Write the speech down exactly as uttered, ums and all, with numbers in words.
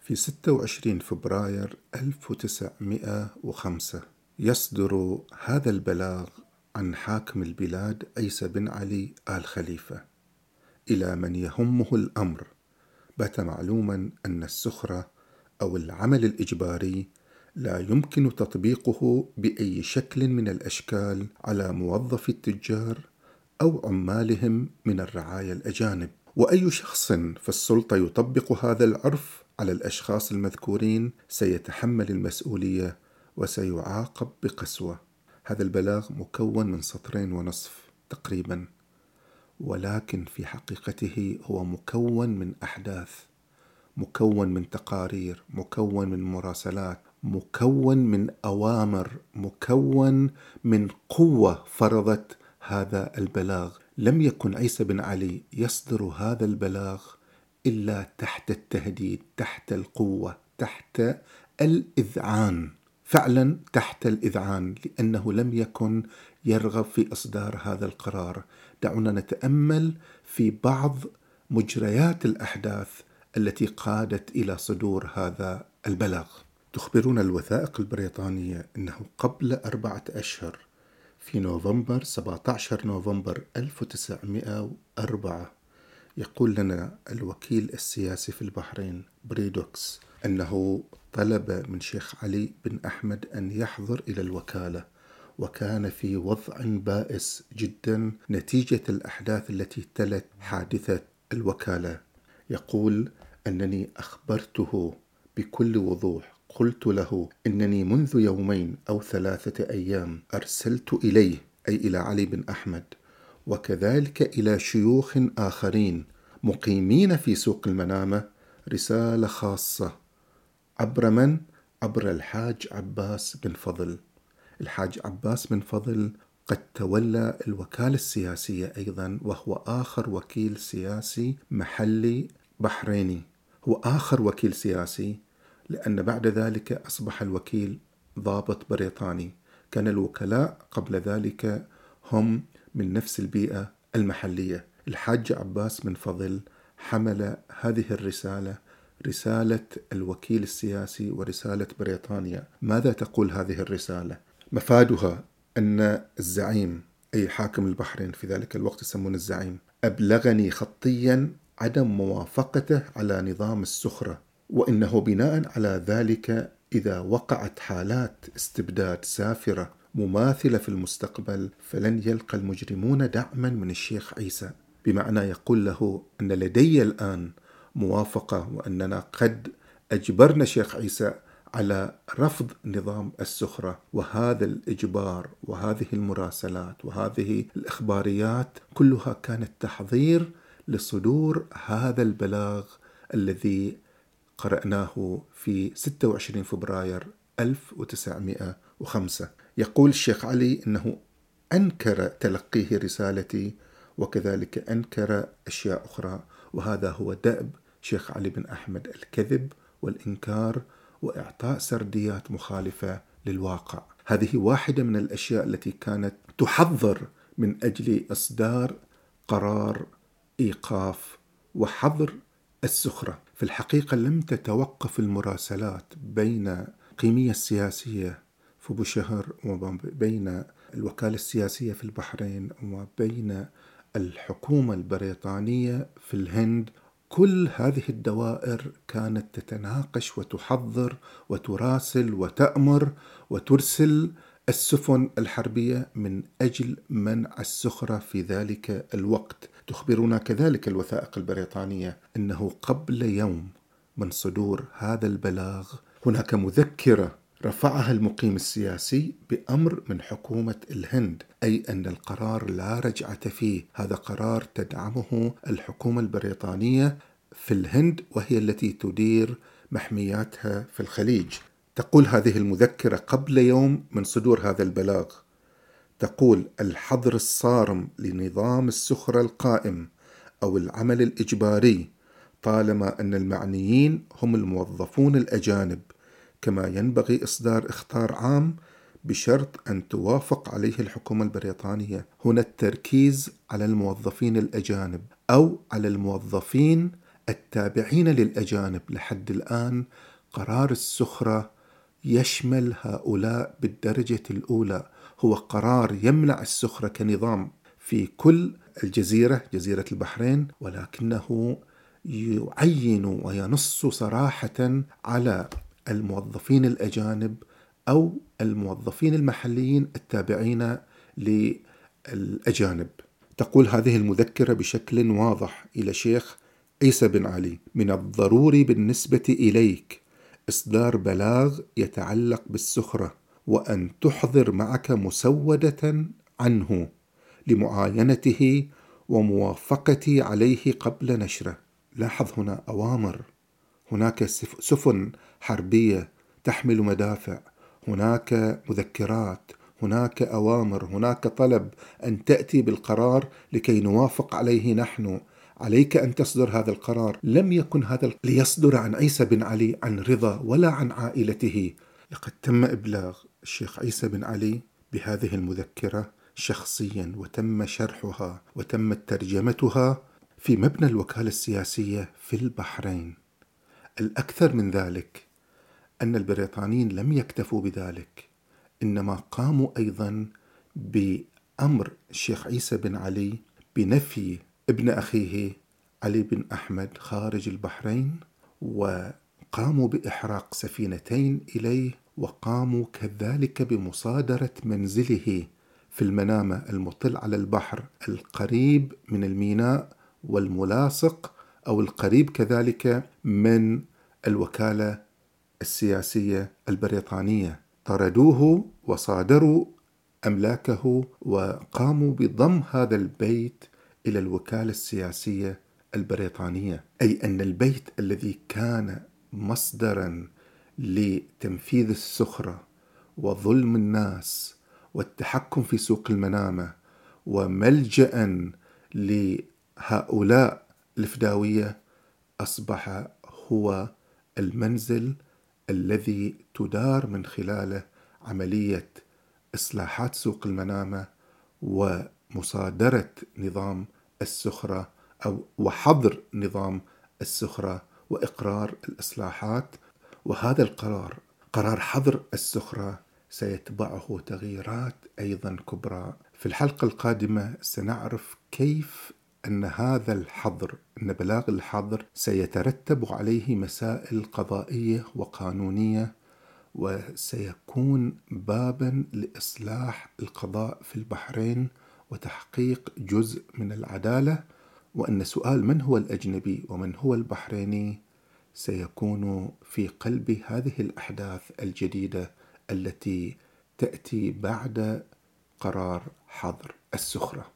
في ستة وعشرين فبراير ألف وتسعمئة وخمسة يصدر هذا البلاغ عن حاكم البلاد عيسى بن علي آل خليفة إلى من يهمه الأمر، بات معلوما أن السخرة أو العمل الإجباري لا يمكن تطبيقه بأي شكل من الأشكال على موظفي التجار أو عمالهم من الرعايا الأجانب، وأي شخص في السلطة يطبق هذا العرف على الأشخاص المذكورين سيتحمل المسؤولية وسيعاقب بقسوة. هذا البلاغ مكون من سطرين ونصف تقريبا، ولكن في حقيقته هو مكون من أحداث، مكون من تقارير، مكون من مراسلات، مكون من أوامر، مكون من قوة فرضت هذا البلاغ. لم يكن عيسى بن علي يصدر هذا البلاغ إلا تحت التهديد، تحت القوة، تحت الإذعان، فعلا تحت الإذعان، لأنه لم يكن يرغب في إصدار هذا القرار. دعونا نتأمل في بعض مجريات الأحداث التي قادت إلى صدور هذا البلاغ. تخبرنا الوثائق البريطانية أنه قبل أربعة أشهر في نوفمبر سبعة عشر نوفمبر ألف وتسعمئة وأربعة يقول لنا الوكيل السياسي في البحرين بريدوكس أنه طلب من شيخ علي بن أحمد أن يحضر إلى الوكالة، وكان في وضع بائس جدا نتيجة الأحداث التي تلت حادثة الوكالة. يقول أنني أخبرته بكل وضوح، قلت له إنني منذ يومين أو ثلاثة أيام أرسلت إليه، أي إلى علي بن أحمد، وكذلك إلى شيوخ آخرين مقيمين في سوق المنامة، رسالة خاصة عبر من؟ عبر الحاج عباس بن فضل. الحاج عباس بن فضل قد تولى الوكالة السياسية أيضا، وهو آخر وكيل سياسي محلي بحريني، هو آخر وكيل سياسي، لأن بعد ذلك أصبح الوكيل ضابط بريطاني. كان الوكلاء قبل ذلك هم من نفس البيئة المحلية. الحاج عباس بن فضل حمل هذه الرسالة، رسالة الوكيل السياسي ورسالة بريطانيا. ماذا تقول هذه الرسالة؟ مفادها أن الزعيم، أي حاكم البحرين في ذلك الوقت يسمون الزعيم، أبلغني خطيا عدم موافقته على نظام السخرة، وإنه بناء على ذلك إذا وقعت حالات استبداد سافرة مماثلة في المستقبل فلن يلقى المجرمون دعما من الشيخ عيسى. بمعنى يقول له أن لدي الآن موافقة، وأننا قد أجبرنا شيخ عيسى على رفض نظام السخرة، وهذا الإجبار وهذه المراسلات وهذه الإخباريات كلها كانت تحضير لصدور هذا البلاغ الذي قرأناه في ستة وعشرين فبراير ألف وتسعمئة وخمسة. يقول الشيخ علي أنه أنكر تلقيه رسالتي، وكذلك أنكر أشياء أخرى، وهذا هو دأب شيخ علي بن أحمد، الكذب والإنكار وإعطاء سرديات مخالفة للواقع. هذه واحدة من الأشياء التي كانت تحضر من أجل إصدار قرار إيقاف وحظر السخرة. في الحقيقة لم تتوقف المراسلات بين القيمية السياسية في بوشهر وبين الوكالة السياسية في البحرين وبين الحكومة البريطانية في الهند. كل هذه الدوائر كانت تتناقش وتحضر وتراسل وتأمر وترسل السفن الحربية من أجل منع السخرة في ذلك الوقت. تخبرنا كذلك الوثائق البريطانية أنه قبل يوم من صدور هذا البلاغ هناك مذكرة رفعها المقيم السياسي بأمر من حكومة الهند، أي أن القرار لا رجعة فيه، هذا قرار تدعمه الحكومة البريطانية في الهند، وهي التي تدير محمياتها في الخليج. تقول هذه المذكرة قبل يوم من صدور هذا البلاغ، تقول: الحظر الصارم لنظام السخرة القائم أو العمل الإجباري طالما أن المعنيين هم الموظفون الأجانب، كما ينبغي إصدار إخطار عام بشرط أن توافق عليه الحكومة البريطانية. هنا التركيز على الموظفين الأجانب أو على الموظفين التابعين للأجانب لحد الآن قرار السخرة يشمل هؤلاء بالدرجة الأولى، هو قرار يمنع السخرة كنظام في كل الجزيرة، جزيرة البحرين، ولكنه يعين وينص صراحة على الموظفين الأجانب أو الموظفين المحليين التابعين للأجانب. تقول هذه المذكرة بشكل واضح إلى شيخ عيسى بن علي: من الضروري بالنسبة إليك إصدار بلاغ يتعلق بالسخرة، وأن تحضر معك مسودة عنه لمعاينته وموافقتي عليه قبل نشره. لاحظ هنا أوامر، هناك سفن حربية تحمل مدافع، هناك مذكرات، هناك أوامر، هناك طلب أن تأتي بالقرار لكي نوافق عليه نحن، عليك أن تصدر هذا القرار. لم يكن هذا ليصدر عن عيسى بن علي عن رضا ولا عن عائلته. لقد تم إبلاغ الشيخ عيسى بن علي بهذه المذكرة شخصيا، وتم شرحها وتم ترجمتها في مبنى الوكالة السياسية في البحرين. الأكثر من ذلك أن البريطانيين لم يكتفوا بذلك، إنما قاموا أيضا بأمر الشيخ عيسى بن علي بنفي ابن أخيه علي بن أحمد خارج البحرين، وقاموا بإحراق سفينتين إليه، وقاموا كذلك بمصادرة منزله في المنامة المطل على البحر القريب من الميناء والملاصق أو القريب كذلك من الوكالة السياسية البريطانية. طردوه وصادروا أملاكه، وقاموا بضم هذا البيت إلى الوكالة السياسية البريطانية، أي أن البيت الذي كان مصدرا لتنفيذ السخرة وظلم الناس والتحكم في سوق المنامة وملجأ لهؤلاء الفداوية، أصبح هو المنزل الذي تدار من خلاله عملية إصلاحات سوق المنامة ومصادرة نظام السخرة أو وحظر نظام السخرة وإقرار الإصلاحات. وهذا القرار، قرار حظر السخرة، سيتبعه تغييرات أيضا كبرى. في الحلقة القادمة سنعرف كيف أن هذا الحظر، أن بلاغ الحظر سيترتب عليه مسائل قضائية وقانونية، وسيكون بابا لإصلاح القضاء في البحرين وتحقيق جزء من العدالة، وأن سؤال من هو الأجنبي ومن هو البحريني سيكون في قلب هذه الأحداث الجديدة التي تأتي بعد قرار حظر السخرة.